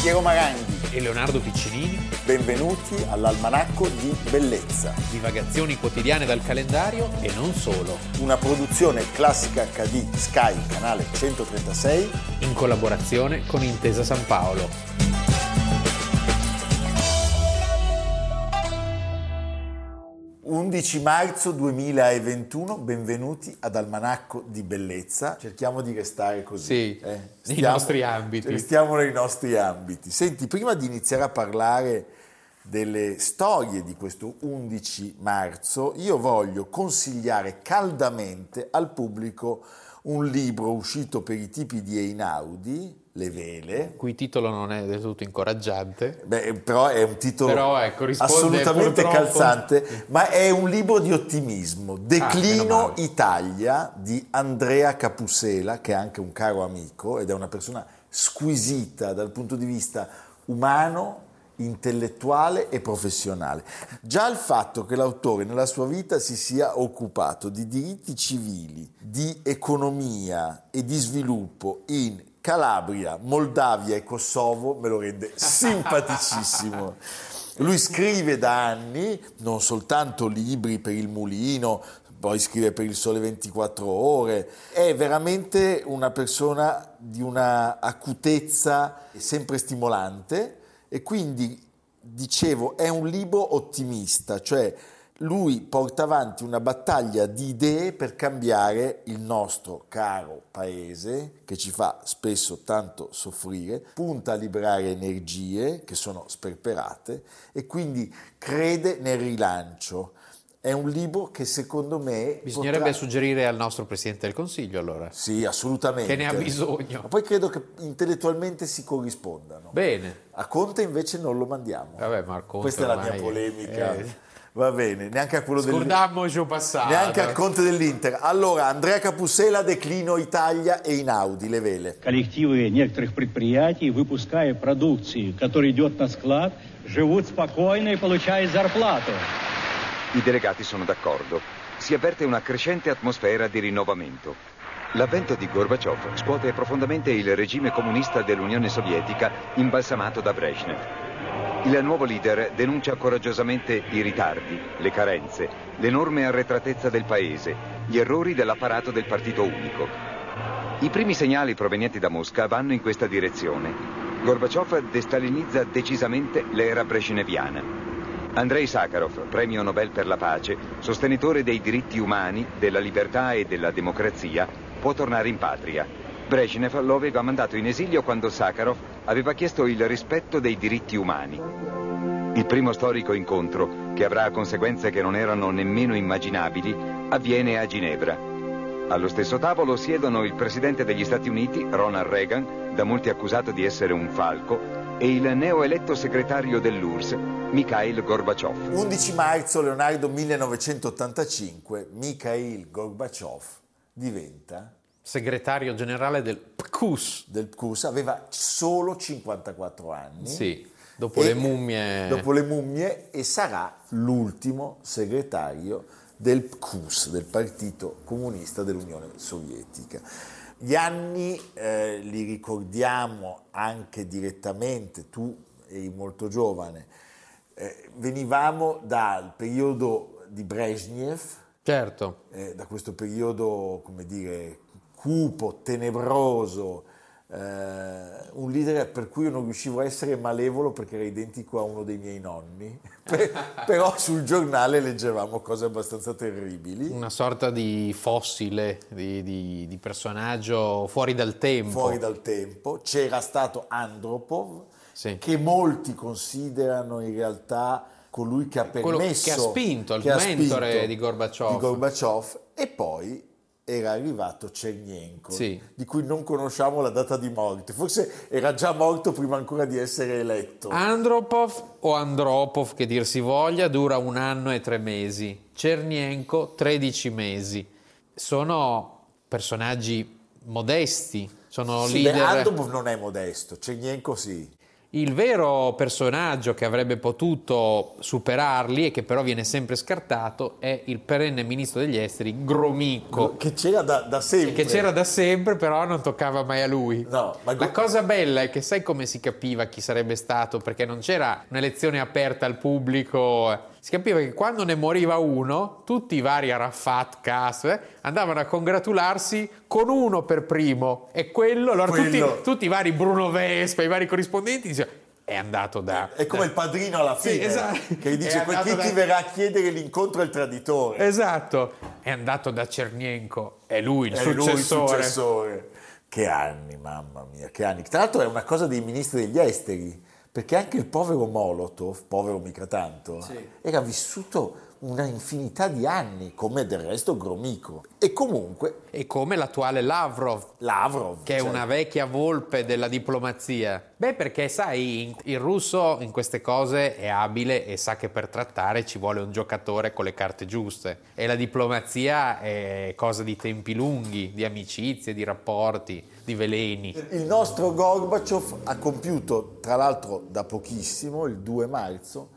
Piero Maranghi e Leonardo Piccinini. Benvenuti all'Almanacco di Bellezza. Divagazioni quotidiane dal calendario e non solo. Una produzione Classica HD Sky, canale 136, in collaborazione con Intesa San Paolo. (11 marzo 2021), benvenuti ad Almanacco di Bellezza. Cerchiamo di restare così. Sì, nei nostri ambiti. Restiamo nei nostri ambiti. Senti, prima di iniziare a parlare delle storie di questo 11 marzo, io voglio consigliare caldamente al pubblico un libro uscito per i tipi di Einaudi, Le Vele. Cui titolo non è del tutto incoraggiante. Però è un titolo assolutamente calzante, ma è un libro di ottimismo. Declino Italia di Andrea Capusela, che è anche un caro amico ed è una persona squisita dal punto di vista umano, intellettuale e professionale. Già il fatto che l'autore nella sua vita si sia occupato di diritti civili, di economia e di sviluppo in Calabria, Moldavia e Kosovo me lo rende simpaticissimo. Lui scrive da anni, non soltanto libri per il Mulino, poi scrive per il Sole 24 Ore, è veramente una persona di una acutezza sempre stimolante e quindi, dicevo, è un libro ottimista, cioè lui porta avanti una battaglia di idee per cambiare il nostro caro paese, che ci fa spesso tanto soffrire, punta a liberare energie che sono sperperate e quindi crede nel rilancio. È un libro che secondo me bisognerebbe suggerire al nostro Presidente del Consiglio, allora. Sì, assolutamente. Che ne ha bisogno. Ma poi credo che intellettualmente si corrispondano. Bene. A Conte invece non lo mandiamo. Vabbè, ma Conte questa è la mia polemica. Va bene, neanche a quello passato. Neanche al Conte dell'Inter. Allora, Andrea Capusela, Declino Italia e Einaudi, Le Vele. Коллективы некоторых предприятий, выпуская продукцию, которая идет на склад, живут спокойно и получают зарплату. I delegati sono d'accordo. Si avverte una crescente atmosfera di rinnovamento. L'avvento di Gorbaciov scuote profondamente il regime comunista dell'Unione Sovietica imbalsamato da Brezhnev. Il nuovo leader denuncia coraggiosamente i ritardi, le carenze, l'enorme arretratezza del paese, gli errori dell'apparato del partito unico. I primi segnali provenienti da Mosca vanno in questa direzione. Gorbaciov destalinizza decisamente l'era brezhneviana. Andrei Sakharov, premio Nobel per la pace, sostenitore dei diritti umani, della libertà e della democrazia, può tornare in patria. Brezhnev lo aveva mandato in esilio quando Sakharov aveva chiesto il rispetto dei diritti umani. Il primo storico incontro, che avrà conseguenze che non erano nemmeno immaginabili, avviene a Ginevra. Allo stesso tavolo siedono il presidente degli Stati Uniti, Ronald Reagan, da molti accusato di essere un falco, e il neoeletto segretario dell'URSS, Mikhail Gorbaciov. 11 marzo, Leonardo 1985, Mikhail Gorbaciov diventa segretario generale del PCUS. Aveva solo 54 anni. Sì, dopo le mummie. E sarà l'ultimo segretario del PCUS, del Partito Comunista dell'Unione Sovietica. Gli anni li ricordiamo anche direttamente, tu eri molto giovane, venivamo dal periodo di Brezhnev, certo, da questo periodo, come dire, cupo, tenebroso, un leader per cui io non riuscivo a essere malevolo perché era identico a uno dei miei nonni, però sul giornale leggevamo cose abbastanza terribili. Una sorta di fossile, di personaggio fuori dal tempo. Fuori dal tempo. C'era stato Andropov, sì, che molti considerano in realtà colui che ha permesso, che ha spinto, il mentore di Gorbaciov. E poi era arrivato Chernenko, sì, di cui non conosciamo la data di morte, forse era già morto prima ancora di essere eletto. Andropov, che dir si voglia, dura 1 anno e 3 mesi, Chernenko 13 mesi. Sono personaggi modesti, sono leader. Andropov non è modesto, Chernenko sì. Il vero personaggio che avrebbe potuto superarli e che però viene sempre scartato è il perenne ministro degli esteri Gromyko, che c'era da sempre. Che c'era da sempre, però non toccava mai a lui. No, la cosa bella è che sai come si capiva chi sarebbe stato, perché non c'era un'elezione aperta al pubblico. Si capiva che quando ne moriva uno, tutti i vari Arafat, Kass, andavano a congratularsi con uno per primo, e allora tutti i vari Bruno Vespa, i vari corrispondenti dicevano è andato da... È come il padrino alla fine, sì, esatto. Che gli dice chi ti verrà a chiedere l'incontro è il traditore. Esatto, è andato da Chernenko, è lui il successore. Che anni, mamma mia, che anni. Tra l'altro è una cosa dei ministri degli esteri, perché anche il povero Molotov, povero mica tanto, era vissuto una infinità di anni, come del resto Gromyko. E comunque... E come l'attuale Lavrov, che è una vecchia volpe della diplomazia. Beh, perché sai, il russo in queste cose è abile e sa che per trattare ci vuole un giocatore con le carte giuste. E la diplomazia è cosa di tempi lunghi, di amicizie, di rapporti, di veleni. Il nostro Gorbaciov ha compiuto, tra l'altro da pochissimo, il 2 marzo,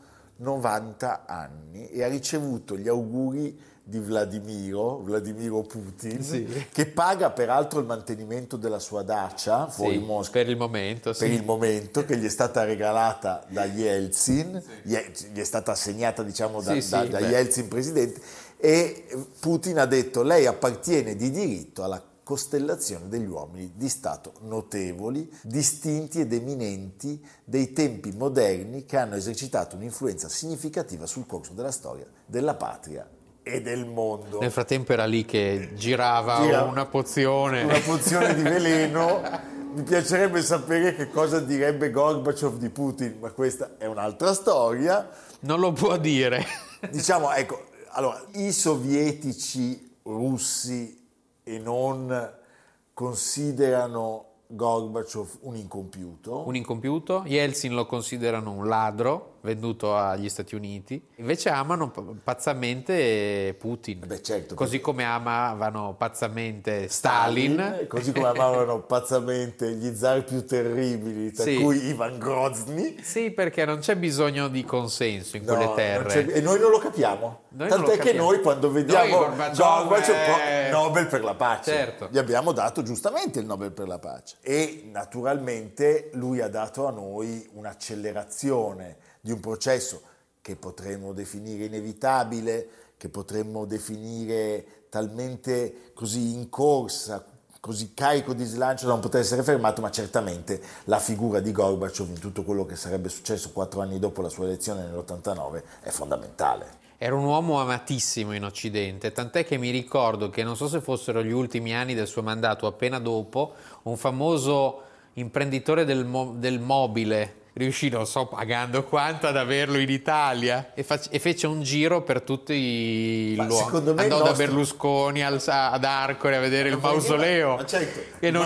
90 anni e ha ricevuto gli auguri di Vladimiro Putin, che paga peraltro il mantenimento della sua dacia fuori Mosca per il momento, che gli è stata regalata da Yeltsin, gli è stata assegnata da Yeltsin presidente, e Putin ha detto lei appartiene di diritto alla costellazione degli uomini di Stato notevoli, distinti ed eminenti dei tempi moderni, che hanno esercitato un'influenza significativa sul corso della storia della patria e del mondo. Nel frattempo era lì che girava una pozione di veleno. Mi piacerebbe sapere che cosa direbbe Gorbaciov di Putin, ma questa è un'altra storia. Non lo può dire. Diciamo, ecco, allora, i sovietici russi e non considerano Gorbaciov un incompiuto. Yeltsin lo considerano un ladro venduto agli Stati Uniti, invece amano pazzamente Putin. Certo, così come amavano pazzamente Stalin, così come amavano pazzamente gli zar più terribili, tra cui Ivan Grozny. Sì, perché non c'è bisogno di consenso in quelle terre, e noi non lo capiamo. Tant'è che noi quando vediamo Gorbaciov Nobel per la pace, gli abbiamo dato giustamente il Nobel per la pace, e naturalmente lui ha dato a noi un'accelerazione di un processo che potremmo definire inevitabile, che potremmo definire talmente così in corsa, così carico di slancio da non poter essere fermato, ma certamente la figura di Gorbaciov in tutto quello che sarebbe successo 4 anni dopo la sua elezione nell'89 è fondamentale. Era un uomo amatissimo in Occidente, tant'è che mi ricordo che, non so se fossero gli ultimi anni del suo mandato, appena dopo, un famoso imprenditore del mobile riuscì, non so pagando quanto, ad averlo in Italia, e fece un giro per tutti i luoghi. Andò da Berlusconi ad Arcore a vedere il mausoleo, e non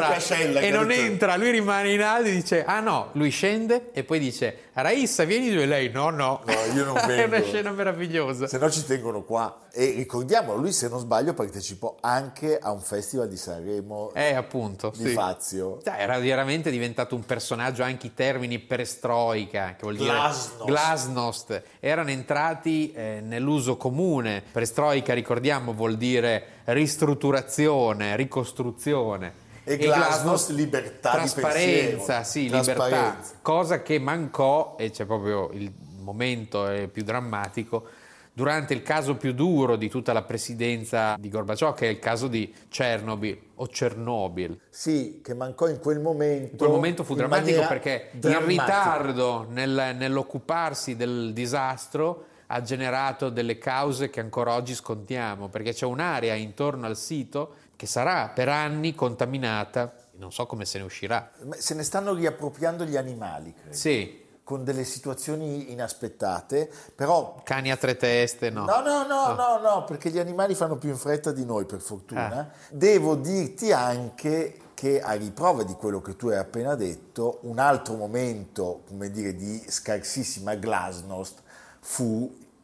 entra, lui rimane in alto e dice lui scende e poi dice Raissa vieni tu, e lei no io non vengo. È una scena meravigliosa, se no ci tengono qua. E ricordiamo, lui se non sbaglio partecipò anche a un festival di Sanremo di Fazio. Era veramente diventato un personaggio, anche i termini perestroica, che vuol dire glasnost, erano entrati nell'uso comune. Perestroica, ricordiamo, vuol dire ristrutturazione, ricostruzione. E glasnost, libertà trasparenza, di pensiero. Libertà, cosa che mancò, e c'è proprio il momento più drammatico, durante il caso più duro di tutta la presidenza di Gorbaciov, che è il caso di Chernobyl. Sì, che mancò in quel momento. In quel momento fu drammatico perché il ritardo nell'occuparsi del disastro ha generato delle cause che ancora oggi scontiamo, perché c'è un'area intorno al sito che sarà per anni contaminata, non so come se ne uscirà. Se ne stanno riappropriando gli animali, credo. Sì. Con delle situazioni inaspettate, però... Cani a 3 teste, no, perché gli animali fanno più in fretta di noi, per fortuna. Devo dirti anche che, a riprova di quello che tu hai appena detto, un altro momento, come dire, di scarsissima glasnost fu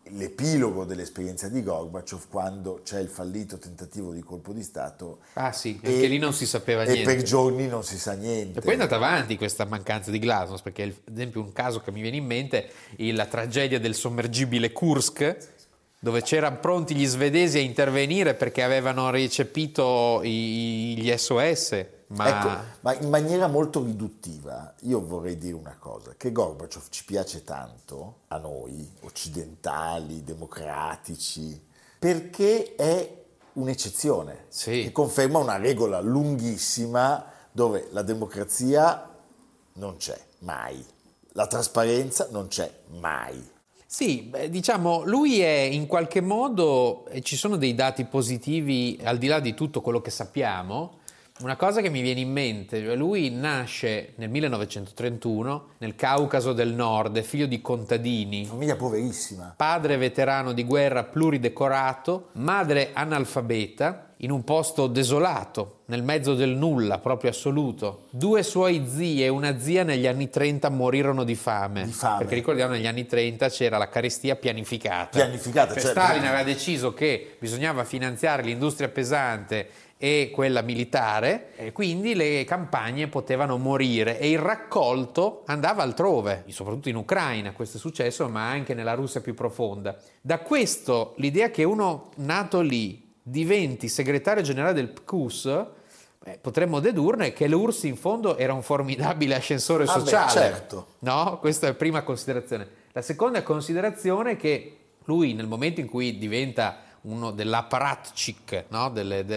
l'epilogo dell'esperienza di Gorbaciov, quando c'è il fallito tentativo di colpo di Stato. Ah sì, anche lì non si sapeva niente. E per giorni non si sa niente. E poi è andata avanti questa mancanza di glasnost, perché ad esempio un caso che mi viene in mente è la tragedia del sommergibile Kursk, dove c'erano pronti gli svedesi a intervenire perché avevano recepito gli SOS. Ma in maniera molto riduttiva io vorrei dire una cosa, che Gorbaciov ci piace tanto a noi occidentali, democratici, perché è un'eccezione, che conferma una regola lunghissima dove la democrazia non c'è mai, la trasparenza non c'è mai. Sì, diciamo, lui è in qualche modo, e ci sono dei dati positivi al di là di tutto quello che sappiamo. Una cosa che mi viene in mente, cioè lui nasce nel 1931 nel Caucaso del Nord, è figlio di contadini. Famiglia poverissima. Padre veterano di guerra pluridecorato, madre analfabeta, in un posto desolato, nel mezzo del nulla, proprio assoluto. 2 suoi zii e una zia negli anni 30 morirono di fame. Perché ricordiamo, negli anni 30 c'era la carestia pianificata. Cioè, Stalin aveva deciso che bisognava finanziare l'industria pesante e quella militare, e quindi le campagne potevano morire e il raccolto andava altrove, soprattutto in Ucraina questo è successo, ma anche nella Russia più profonda. Da questo l'idea che uno nato lì diventi segretario generale del PQS, potremmo dedurne che l'URSS in fondo era un formidabile ascensore sociale. Certo. No? Questa è la prima considerazione. La seconda considerazione è che lui, nel momento in cui diventa uno dell'apparatchik, no?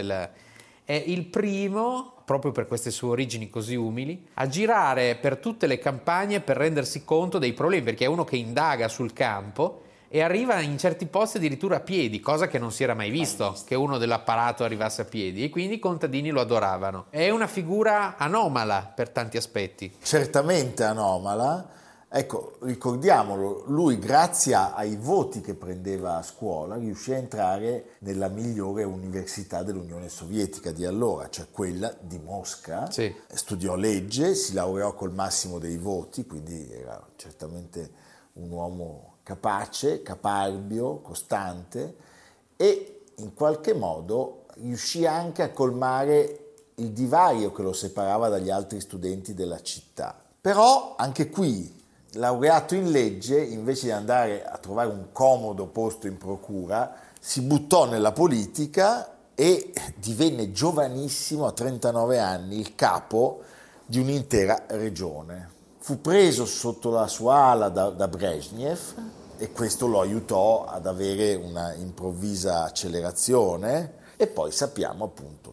È il primo, proprio per queste sue origini così umili, a girare per tutte le campagne per rendersi conto dei problemi, perché è uno che indaga sul campo e arriva in certi posti addirittura a piedi, cosa che non si era mai visto, che uno dell'apparato arrivasse a piedi, e quindi i contadini lo adoravano. È una figura anomala per tanti aspetti. Certamente anomala. Ecco, ricordiamolo, lui grazie ai voti che prendeva a scuola riuscì a entrare nella migliore università dell'Unione Sovietica di allora, cioè quella di Mosca. Sì. Studiò legge, si laureò col massimo dei voti, quindi era certamente un uomo capace, caparbio, costante, e in qualche modo riuscì anche a colmare il divario che lo separava dagli altri studenti della città. Però anche qui, laureato in legge, invece di andare a trovare un comodo posto in procura, si buttò nella politica e divenne giovanissimo, a 39 anni, il capo di un'intera regione. Fu preso sotto la sua ala da Brezhnev e questo lo aiutò ad avere una improvvisa accelerazione. E poi sappiamo appunto,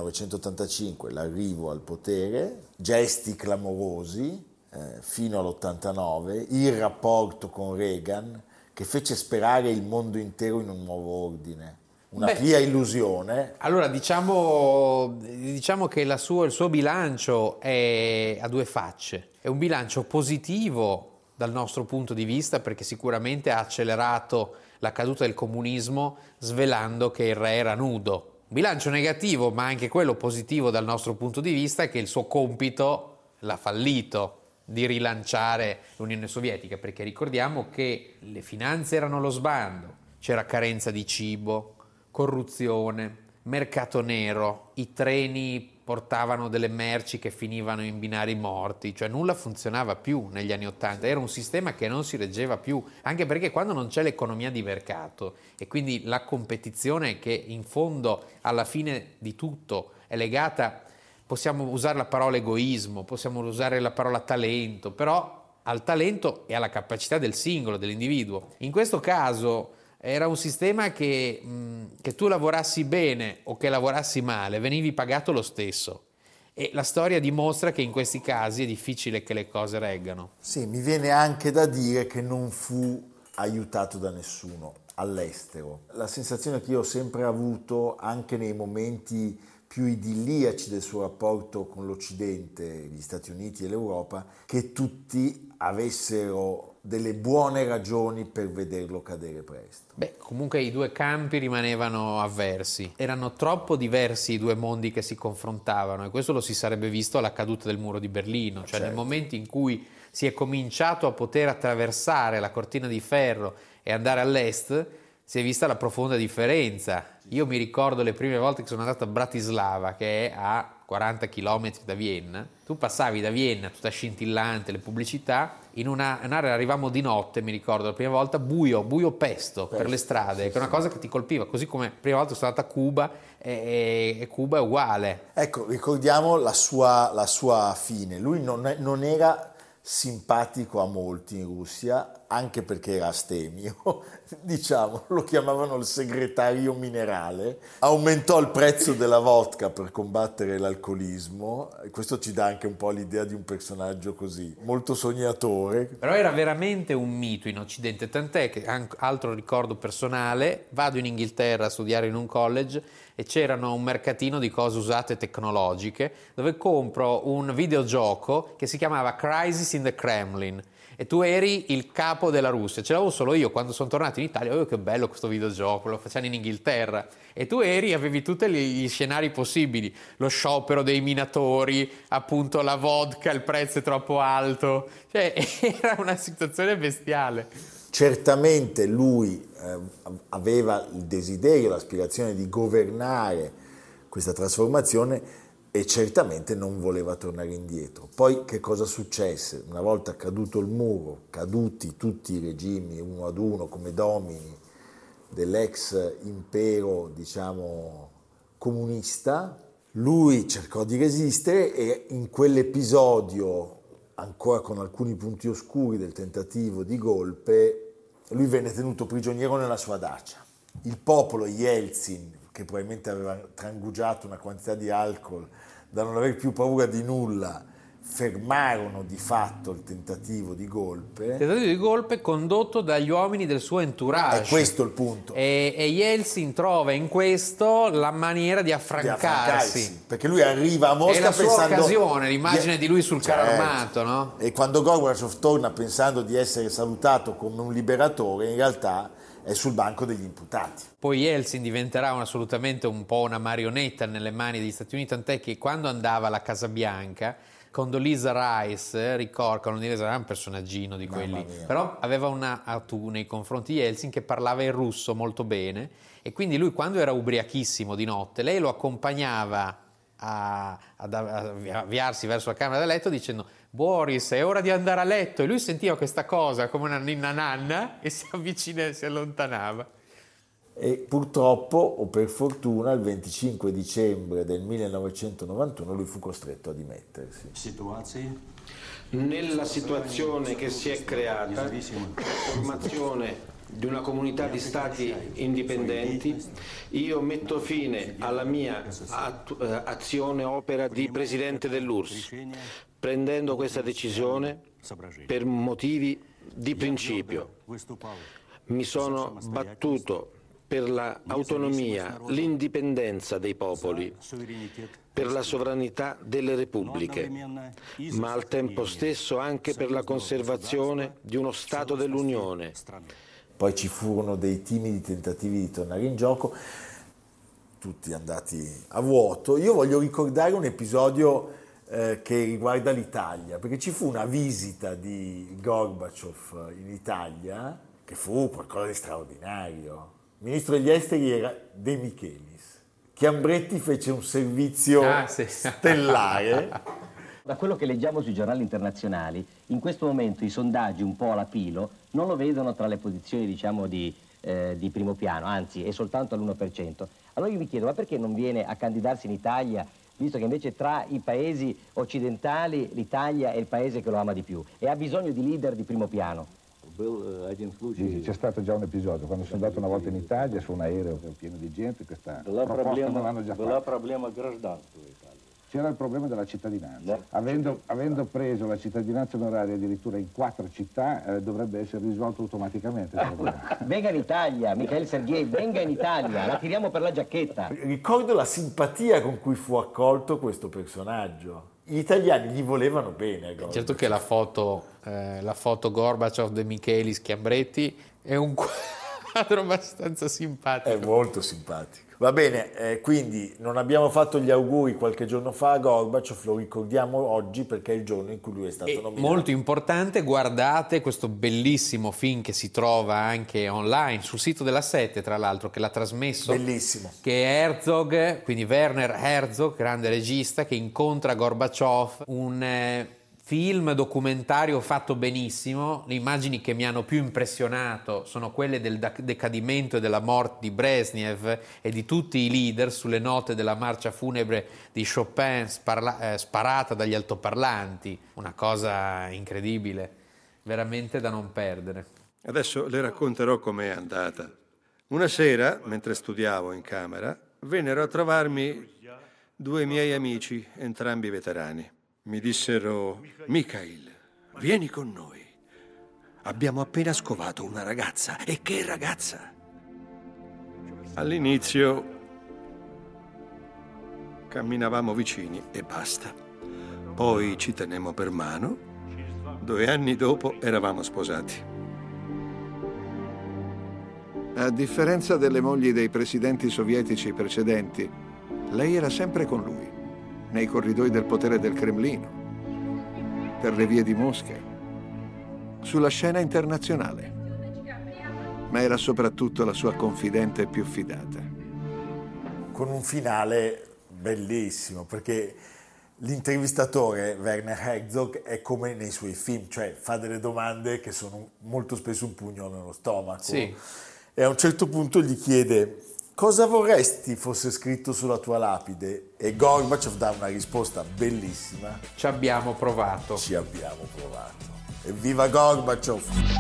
1985, l'arrivo al potere, gesti clamorosi, fino all'89, il rapporto con Reagan che fece sperare il mondo intero in un nuovo ordine, una pia illusione. Allora diciamo che il suo bilancio è a 2 facce, è un bilancio positivo dal nostro punto di vista perché sicuramente ha accelerato la caduta del comunismo svelando che il re era nudo. Un bilancio negativo, ma anche quello positivo dal nostro punto di vista, è che il suo compito l'ha fallito di rilanciare l'Unione Sovietica, perché ricordiamo che le finanze erano allo sbando, c'era carenza di cibo, corruzione, mercato nero, i treni portavano delle merci che finivano in binari morti, cioè nulla funzionava più negli anni '80, era un sistema che non si reggeva più, anche perché quando non c'è l'economia di mercato e quindi la competizione che in fondo alla fine di tutto è legata, possiamo usare la parola egoismo, possiamo usare la parola talento, però al talento e alla capacità del singolo, dell'individuo. In questo caso era un sistema che tu lavorassi bene o che lavorassi male, venivi pagato lo stesso. E la storia dimostra che in questi casi è difficile che le cose reggano. Sì, mi viene anche da dire che non fu aiutato da nessuno all'estero. La sensazione che io ho sempre avuto, anche nei momenti più idilliaci del suo rapporto con l'Occidente, gli Stati Uniti e l'Europa, che tutti avessero delle buone ragioni per vederlo cadere presto. Comunque i 2 campi rimanevano avversi. Erano troppo diversi i 2 mondi che si confrontavano, e questo lo si sarebbe visto alla caduta del muro di Berlino, cioè certo. Nel momento in cui si è cominciato a poter attraversare la cortina di ferro e andare all'est, si è vista la profonda differenza. Io mi ricordo le prime volte che sono andato a Bratislava, che è a 40 km da Vienna. Tu passavi da Vienna, tutta scintillante, le pubblicità, in un'area, arrivavamo di notte, mi ricordo, la prima volta, buio pesto per le strade, che è una cosa che ti colpiva, così come la prima volta sono andata a Cuba, e Cuba è uguale. Ecco, ricordiamo la sua fine. Lui non era simpatico a molti in Russia, anche perché era astemio, diciamo, lo chiamavano il segretario minerale, aumentò il prezzo della vodka per combattere l'alcolismo, e questo ci dà anche un po' l'idea di un personaggio così, molto sognatore. Però era veramente un mito in Occidente, tant'è che, altro ricordo personale, vado in Inghilterra a studiare in un college e c'erano un mercatino di cose usate tecnologiche dove compro un videogioco che si chiamava Crisis in the Kremlin e tu eri il capo della Russia. Ce l'avevo solo io quando sono tornato in Italia. Oh, che bello questo videogioco, lo facciamo in Inghilterra. E tu avevi tutti gli scenari possibili, lo sciopero dei minatori, appunto la vodka, il prezzo è troppo alto, cioè era una situazione bestiale. Certamente lui aveva il desiderio, l'aspirazione di governare questa trasformazione e certamente non voleva tornare indietro. Poi che cosa successe? Una volta caduto il muro, caduti tutti i regimi uno ad uno come domini dell'ex impero, diciamo, comunista, lui cercò di resistere e in quell'episodio, ancora con alcuni punti oscuri del tentativo di golpe, lui venne tenuto prigioniero nella sua dacia. Il popolo, Yeltsin, che probabilmente aveva trangugiato una quantità di alcol da non aver più paura di nulla, fermarono di fatto il tentativo di golpe. Il tentativo di golpe condotto dagli uomini del suo entourage. È questo il punto. E Yeltsin trova in questo la maniera di affrancarsi. Perché lui arriva a Mosca pensando... È la sua occasione, l'immagine di lui sul carro armato, no? E quando Gorbaciov torna pensando di essere salutato come un liberatore, in realtà è sul banco degli imputati. Poi Yeltsin diventerà assolutamente un po' una marionetta nelle mani degli Stati Uniti, tant'è che quando andava alla Casa Bianca, Condoleezza Rice, Condoleezza era un personaggino di quelli, però aveva una attu nei confronti di Yeltsin che parlava il russo molto bene, e quindi lui quando era ubriachissimo di notte, lei lo accompagnava ad avviarsi verso la camera da letto dicendo: Boris, è ora di andare a letto, e lui sentiva questa cosa come una ninna nanna e si avvicina e si allontanava. E purtroppo, o per fortuna, il 25 dicembre del 1991 lui fu costretto a dimettersi. Nella situazione che si è creata, la formazione di una comunità di stati indipendenti, io metto fine alla mia azione opera di presidente dell'URSS, prendendo questa decisione per motivi di principio. Mi sono battuto per l'autonomia, l'indipendenza dei popoli, per la sovranità delle repubbliche, ma al tempo stesso anche per la conservazione di uno Stato dell'Unione. Poi ci furono dei timidi tentativi di tornare in gioco, tutti andati a vuoto. Io voglio ricordare un episodio che riguarda l'Italia, perché ci fu una visita di Gorbaciov in Italia che fu qualcosa di straordinario. Il ministro degli esteri era De Michelis. Chiambretti fece un servizio stellare. Da quello che leggiamo sui giornali internazionali, in questo momento i sondaggi un po' alla Pilo non lo vedono tra le posizioni, diciamo, di primo piano, anzi è soltanto all'1%. Allora io mi chiedo, ma perché non viene a candidarsi in Italia, visto che invece tra i paesi occidentali l'Italia è il paese che lo ama di più e ha bisogno di leader di primo piano? Sì, c'è stato già un episodio, quando sono andato una volta in Italia su un aereo pieno di gente, questa proposta non l'hanno già fatta. C'era il problema della cittadinanza. Avendo preso la cittadinanza onoraria addirittura in 4 città, dovrebbe essere risolto automaticamente il problema. Venga in Italia, Mikhail Sergei, venga in Italia, la tiriamo per la giacchetta. Ricordo la simpatia con cui fu accolto questo personaggio. Gli italiani gli volevano bene. Certo che la foto Gorbaciov, De Michelis, Chiambretti è un quadro abbastanza simpatico. È molto simpatico. Va bene, quindi non abbiamo fatto gli auguri qualche giorno fa a Gorbaciov, lo ricordiamo oggi perché è il giorno in cui lui è stato nominato. Molto importante, guardate questo bellissimo film che si trova anche online sul sito della 7, tra l'altro, che l'ha trasmesso. Bellissimo. Che è Herzog, quindi Werner Herzog, grande regista, che incontra Gorbaciov, un film documentario fatto benissimo. Le immagini che mi hanno più impressionato sono quelle del decadimento e della morte di Brezhnev e di tutti i leader sulle note della marcia funebre di Chopin sparata dagli altoparlanti. Una cosa incredibile, veramente da non perdere. Adesso le racconterò com'è andata. Una sera, mentre studiavo in camera, vennero a trovarmi 2 miei amici, entrambi veterani. Mi dissero: Mikhail, vieni con noi. Abbiamo appena scovato una ragazza. E che ragazza! All'inizio camminavamo vicini e basta. Poi ci tenemmo per mano. 2 anni dopo eravamo sposati. A differenza delle mogli dei presidenti sovietici precedenti, lei era sempre con lui, nei corridoi del potere del Cremlino, per le vie di Mosca, sulla scena internazionale. Ma era soprattutto la sua confidente più fidata. Con un finale bellissimo, perché l'intervistatore Werner Herzog è come nei suoi film, cioè fa delle domande che sono molto spesso un pugno nello stomaco. Sì. E a un certo punto gli chiede: cosa vorresti fosse scritto sulla tua lapide? E Gorbaciov dà una risposta bellissima: ci abbiamo provato. Ci abbiamo provato. Evviva Gorbaciov!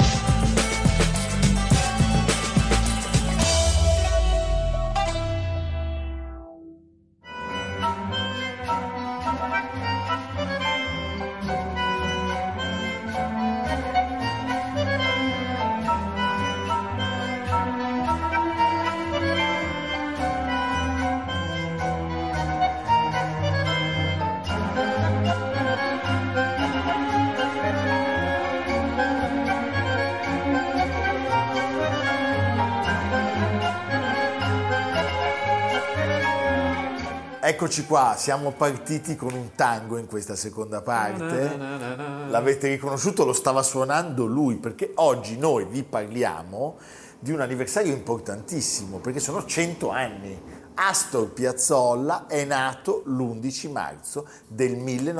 Eccoci qua, siamo partiti con un tango in questa seconda parte. L'avete riconosciuto, lo stava suonando lui, perché oggi noi vi parliamo di un anniversario importantissimo, perché sono 100 anni. Astor Piazzolla è nato l'11 marzo del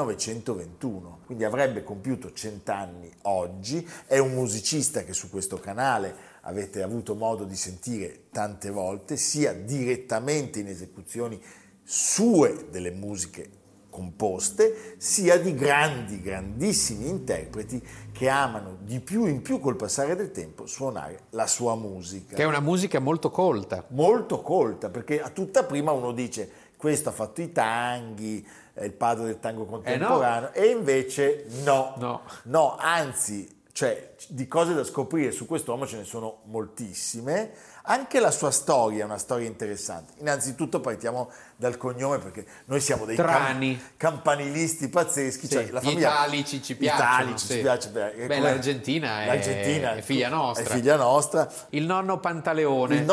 1921, quindi avrebbe compiuto 100 anni oggi. È un musicista che su questo canale avete avuto modo di sentire tante volte, sia direttamente in esecuzioni sue delle musiche composte, sia di grandissimi interpreti che amano di più in più col passare del tempo suonare la sua musica. Che è una musica molto colta. Molto colta, perché a tutta prima uno dice: questo ha fatto i tanghi, è il padre del tango contemporaneo, e invece no, anzi, cioè, di cose da scoprire su quest'uomo ce ne sono moltissime. Anche la sua storia è una storia interessante. Innanzitutto partiamo dal cognome, perché noi siamo dei campanilisti pazzeschi. Sì, cioè la famiglia, italici ci piacciono. Ci piace. Beh, l'Argentina è figlia nostra. È figlia nostra. Il nonno Pantaleone.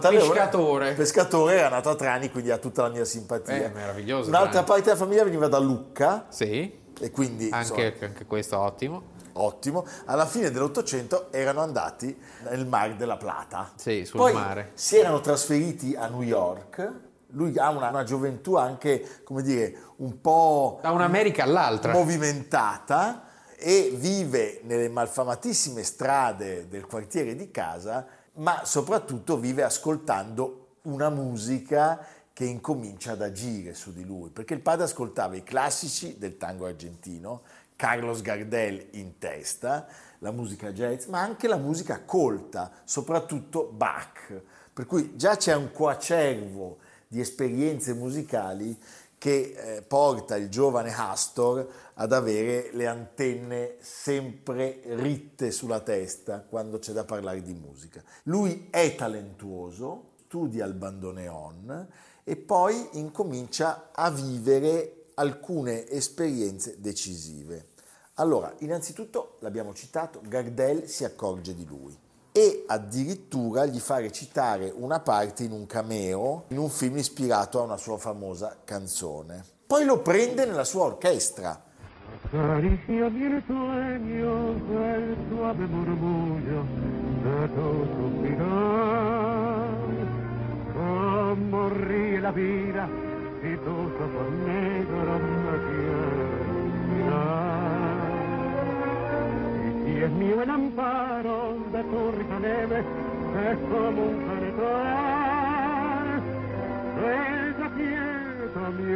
Pescatore, era nato a Trani, quindi ha tutta la mia simpatia. Meraviglioso. Un'altra parte della famiglia veniva da Lucca. Sì. E quindi anche questo ottimo. Alla fine dell'Ottocento erano andati nel Mar della Plata. Sì, sul Poi mare. Si erano trasferiti a New York. Lui ha una gioventù anche, come dire, un po' da un'America all'altra movimentata, e vive nelle malfamatissime strade del quartiere di casa, ma soprattutto vive ascoltando una musica che incomincia ad agire su di lui, perché il padre ascoltava i classici del tango argentino, Carlos Gardel in testa, la musica jazz, ma anche la musica colta, soprattutto Bach. Per cui già c'è un coacervo di esperienze musicali che porta il giovane Astor ad avere le antenne sempre ritte sulla testa quando c'è da parlare di musica. Lui è talentuoso, studia il bandoneon e poi incomincia a vivere alcune esperienze decisive. Allora, innanzitutto, l'abbiamo citato, Gardel si accorge di lui. e addirittura gli fa recitare una parte in un cameo in un film ispirato a una sua famosa canzone. Poi lo prende nella sua orchestra. Acaricia mi sueño quel suave murmullo de tu suspirar. Como ríe la vida si tus ojos negros me quieren mirar. Y si es mío el amparo de tu rica neve, es como un canetar. Ella quieta mi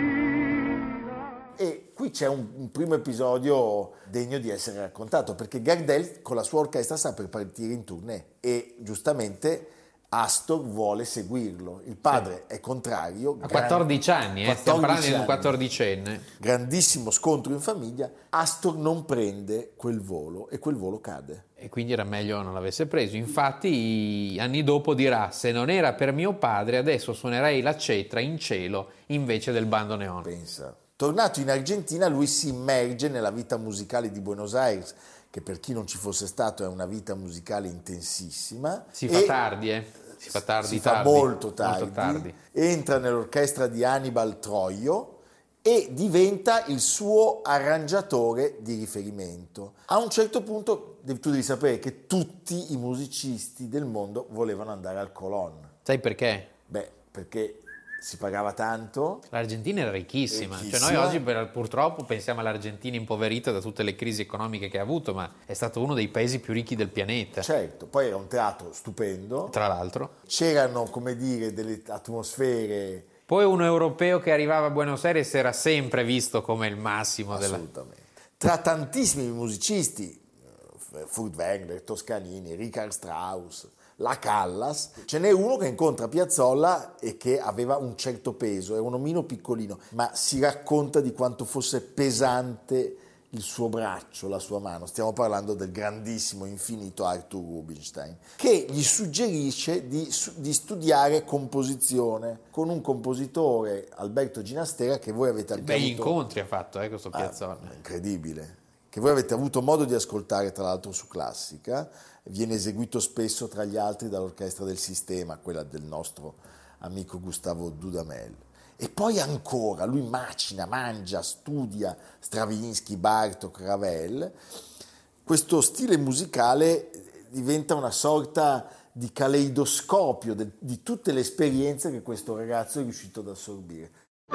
herida. E qui c'è un primo episodio degno di essere raccontato, perché Gardel con la sua orchestra sta per partire in tournée e giustamente Astor vuole seguirlo. Il padre è contrario. A 14 anni, stiamo parlando di un 14enne. Grandissimo scontro in famiglia. Astor non prende quel volo e quel volo cade. E quindi era meglio non l'avesse preso. Infatti anni dopo dirà: se non era per mio padre adesso suonerei la cetra in cielo invece del bandoneon. Pensa. Tornato in Argentina, lui si immerge nella vita musicale di Buenos Aires, che per chi non ci fosse stato è una vita musicale intensissima. Si fa tardi, Si fa tardi. Si fa molto tardi. Entra nell'orchestra di Aníbal Troilo e diventa il suo arrangiatore di riferimento. A un certo punto tu devi sapere che tutti i musicisti del mondo volevano andare al Colón. Sai perché? Beh, perché si pagava tanto. L'Argentina era ricchissima. Cioè noi oggi purtroppo pensiamo all'Argentina impoverita da tutte le crisi economiche che ha avuto, ma è stato uno dei paesi più ricchi del pianeta. Certo, poi era un teatro stupendo. Tra l'altro. C'erano, come dire, delle atmosfere. Poi uno europeo che arrivava a Buenos Aires era sempre visto come il massimo. Assolutamente. Tra tantissimi musicisti, Furtwängler, Toscanini, Richard Strauss, la Callas, ce n'è uno che incontra Piazzolla e che aveva un certo peso, è un omino piccolino, ma si racconta di quanto fosse pesante il suo braccio, la sua mano. Stiamo parlando del grandissimo, infinito Arthur Rubinstein, che gli suggerisce di studiare composizione con un compositore, Alberto Ginastera, che voi avete anche avuto. Incontri ha fatto questo Piazzolla. Incredibile. Che voi avete avuto modo di ascoltare tra l'altro su Classica. Viene eseguito spesso tra gli altri dall'Orchestra del Sistema, quella del nostro amico Gustavo Dudamel. E poi ancora, lui macina, mangia, studia Stravinsky, Bartók, Ravel. Questo stile musicale diventa una sorta di caleidoscopio di tutte le esperienze che questo ragazzo è riuscito ad assorbire.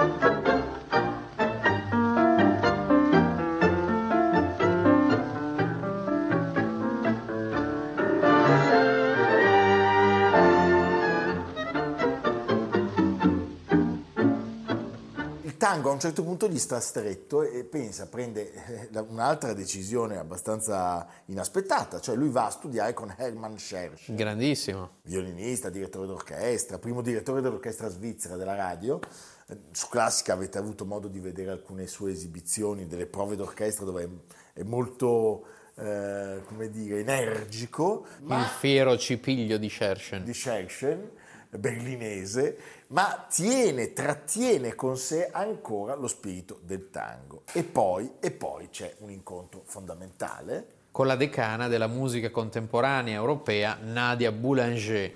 Tango a un certo punto gli sta stretto e prende un'altra decisione abbastanza inaspettata, cioè lui va a studiare con Hermann Scherchen. Grandissimo. Violinista, direttore d'orchestra, primo direttore dell'orchestra svizzera della radio. Su Classica avete avuto modo di vedere alcune sue esibizioni, delle prove d'orchestra dove è molto, come dire, energico. Il fiero cipiglio di Scherchen. Berlinese, ma trattiene con sé ancora lo spirito del tango. E poi c'è un incontro fondamentale con la decana della musica contemporanea europea, Nadia Boulanger.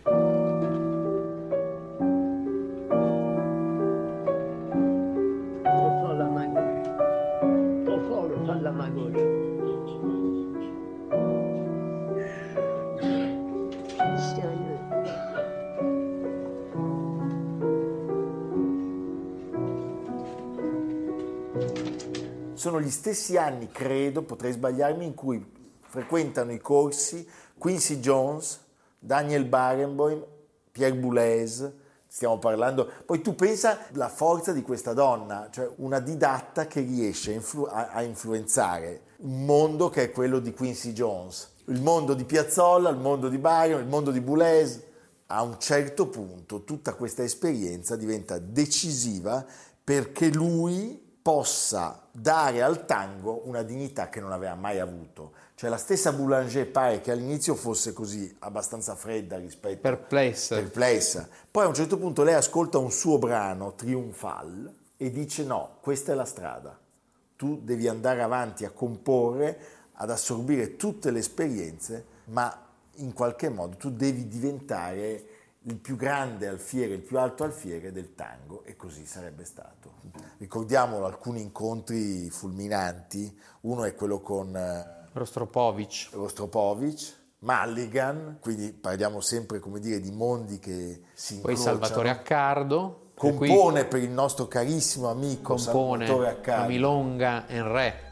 Sono gli stessi anni, credo, potrei sbagliarmi, in cui frequentano i corsi Quincy Jones, Daniel Barenboim, Pierre Boulez. Stiamo parlando. Poi tu pensa la forza di questa donna, cioè una didatta che riesce a influenzare un mondo che è quello di Quincy Jones, il mondo di Piazzolla, il mondo di Barenboim, il mondo di Boulez. A un certo punto tutta questa esperienza diventa decisiva perché lui possa dare al tango una dignità che non aveva mai avuto. Cioè la stessa Boulanger pare che all'inizio fosse così abbastanza fredda rispetto... Perplessa. Poi a un certo punto lei ascolta un suo brano, Triomphal, e dice no, questa è la strada. Tu devi andare avanti a comporre, ad assorbire tutte le esperienze, ma in qualche modo tu devi diventare il più grande alfiere, il più alto alfiere del tango, e così sarebbe stato. Ricordiamo alcuni incontri fulminanti, uno è quello con Rostropovich, Mulligan, quindi parliamo sempre, come dire, di mondi che si incrociano. Poi Salvatore Accardo compone per il nostro carissimo amico Salvatore Accardo la Milonga en Re.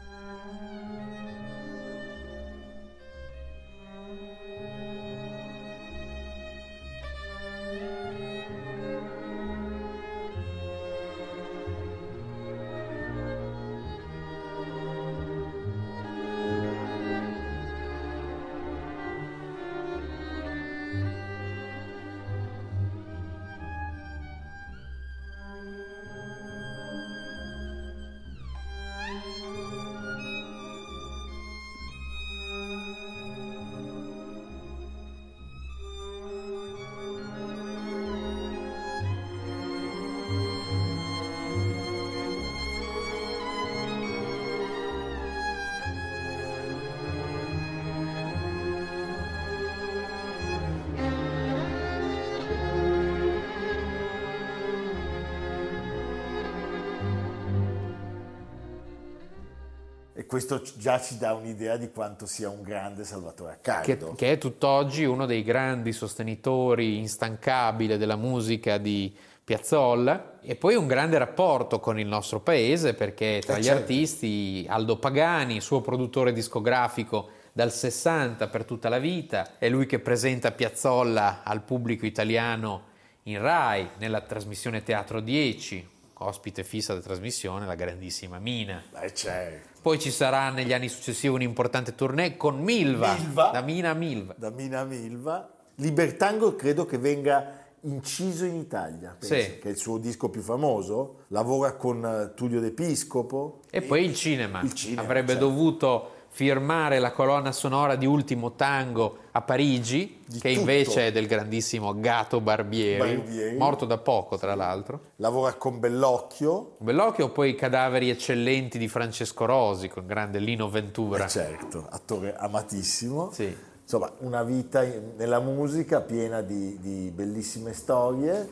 E questo già ci dà un'idea di quanto sia un grande Salvatore Accardo. Che è tutt'oggi uno dei grandi sostenitori instancabili della musica di Piazzolla, e poi un grande rapporto con il nostro paese, perché tra gli artisti Aldo Pagani, suo produttore discografico dal 60 per tutta la vita, è lui che presenta Piazzolla al pubblico italiano in Rai, nella trasmissione Teatro 10, ospite fissa della trasmissione, la grandissima Mina. Poi ci sarà negli anni successivi un'importante tournée con Milva. Da Mina a Milva. Libertango credo che venga inciso in Italia, che è il suo disco più famoso. Lavora con Tullio D'Episcopo. E poi il cinema avrebbe dovuto firmare la colonna sonora di Ultimo Tango a Parigi, che invece è del grandissimo Gato Barbieri, morto da poco tra l'altro. Lavora con Bellocchio, poi i Cadaveri eccellenti di Francesco Rosi con grande Lino Ventura. Attore amatissimo. Insomma, una vita nella musica piena di bellissime storie,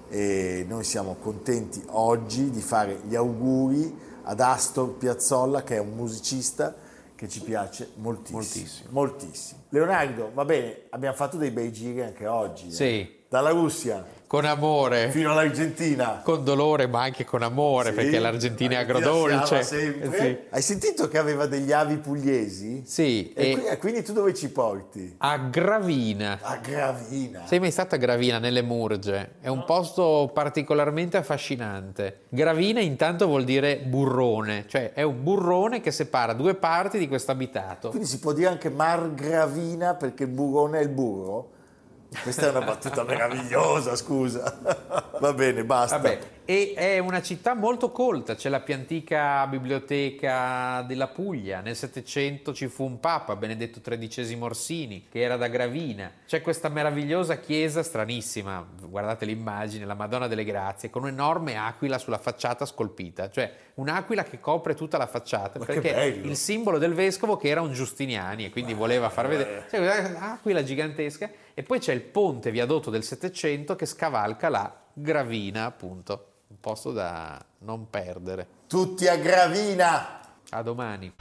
e noi siamo contenti oggi di fare gli auguri ad Astor Piazzolla, che è un musicista che ci piace moltissimo. Leonardo, va bene, abbiamo fatto dei bei giri anche oggi. Dalla Russia con amore fino all'Argentina, con dolore ma anche con amore, perché l'Argentina è agrodolce. Hai sentito che aveva degli avi pugliesi? E quindi tu dove ci porti? A Gravina. Sei mai stata a Gravina, nelle Murge? È un posto particolarmente affascinante. Gravina intanto vuol dire burrone, cioè è un burrone che separa due parti di questo abitato. Quindi si può dire anche Mar Gravina perché il burrone è il burro? Questa è una battuta meravigliosa, scusa. Va bene, basta. E è una città molto colta, c'è la più antica biblioteca della Puglia. Nel Settecento ci fu un papa, Benedetto XIII Orsini, che era da Gravina. C'è questa meravigliosa chiesa stranissima, guardate l'immagine, la Madonna delle Grazie, con un'enorme aquila sulla facciata scolpita, cioè un'aquila che copre tutta la facciata, perché è il simbolo del vescovo, che era un Giustiniani, e quindi voleva far vedere, cioè, un'aquila gigantesca. E poi c'è il ponte viadotto del Settecento che scavalca la Gravina, appunto, un posto da non perdere. Tutti a Gravina! A domani.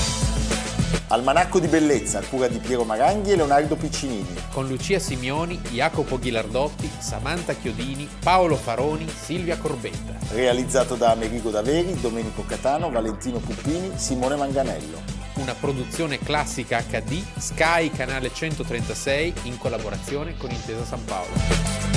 Almanacco di bellezza, a cura di Piero Maranghi e Leonardo Piccinini. Con Lucia Simioni, Jacopo Ghilardotti, Samantha Chiodini, Paolo Faroni, Silvia Corbetta. Realizzato da Amerigo Daveri, Domenico Catano, Valentino Puppini, Simone Manganello. Una produzione Classica HD, Sky Canale 136, in collaborazione con Intesa San Paolo.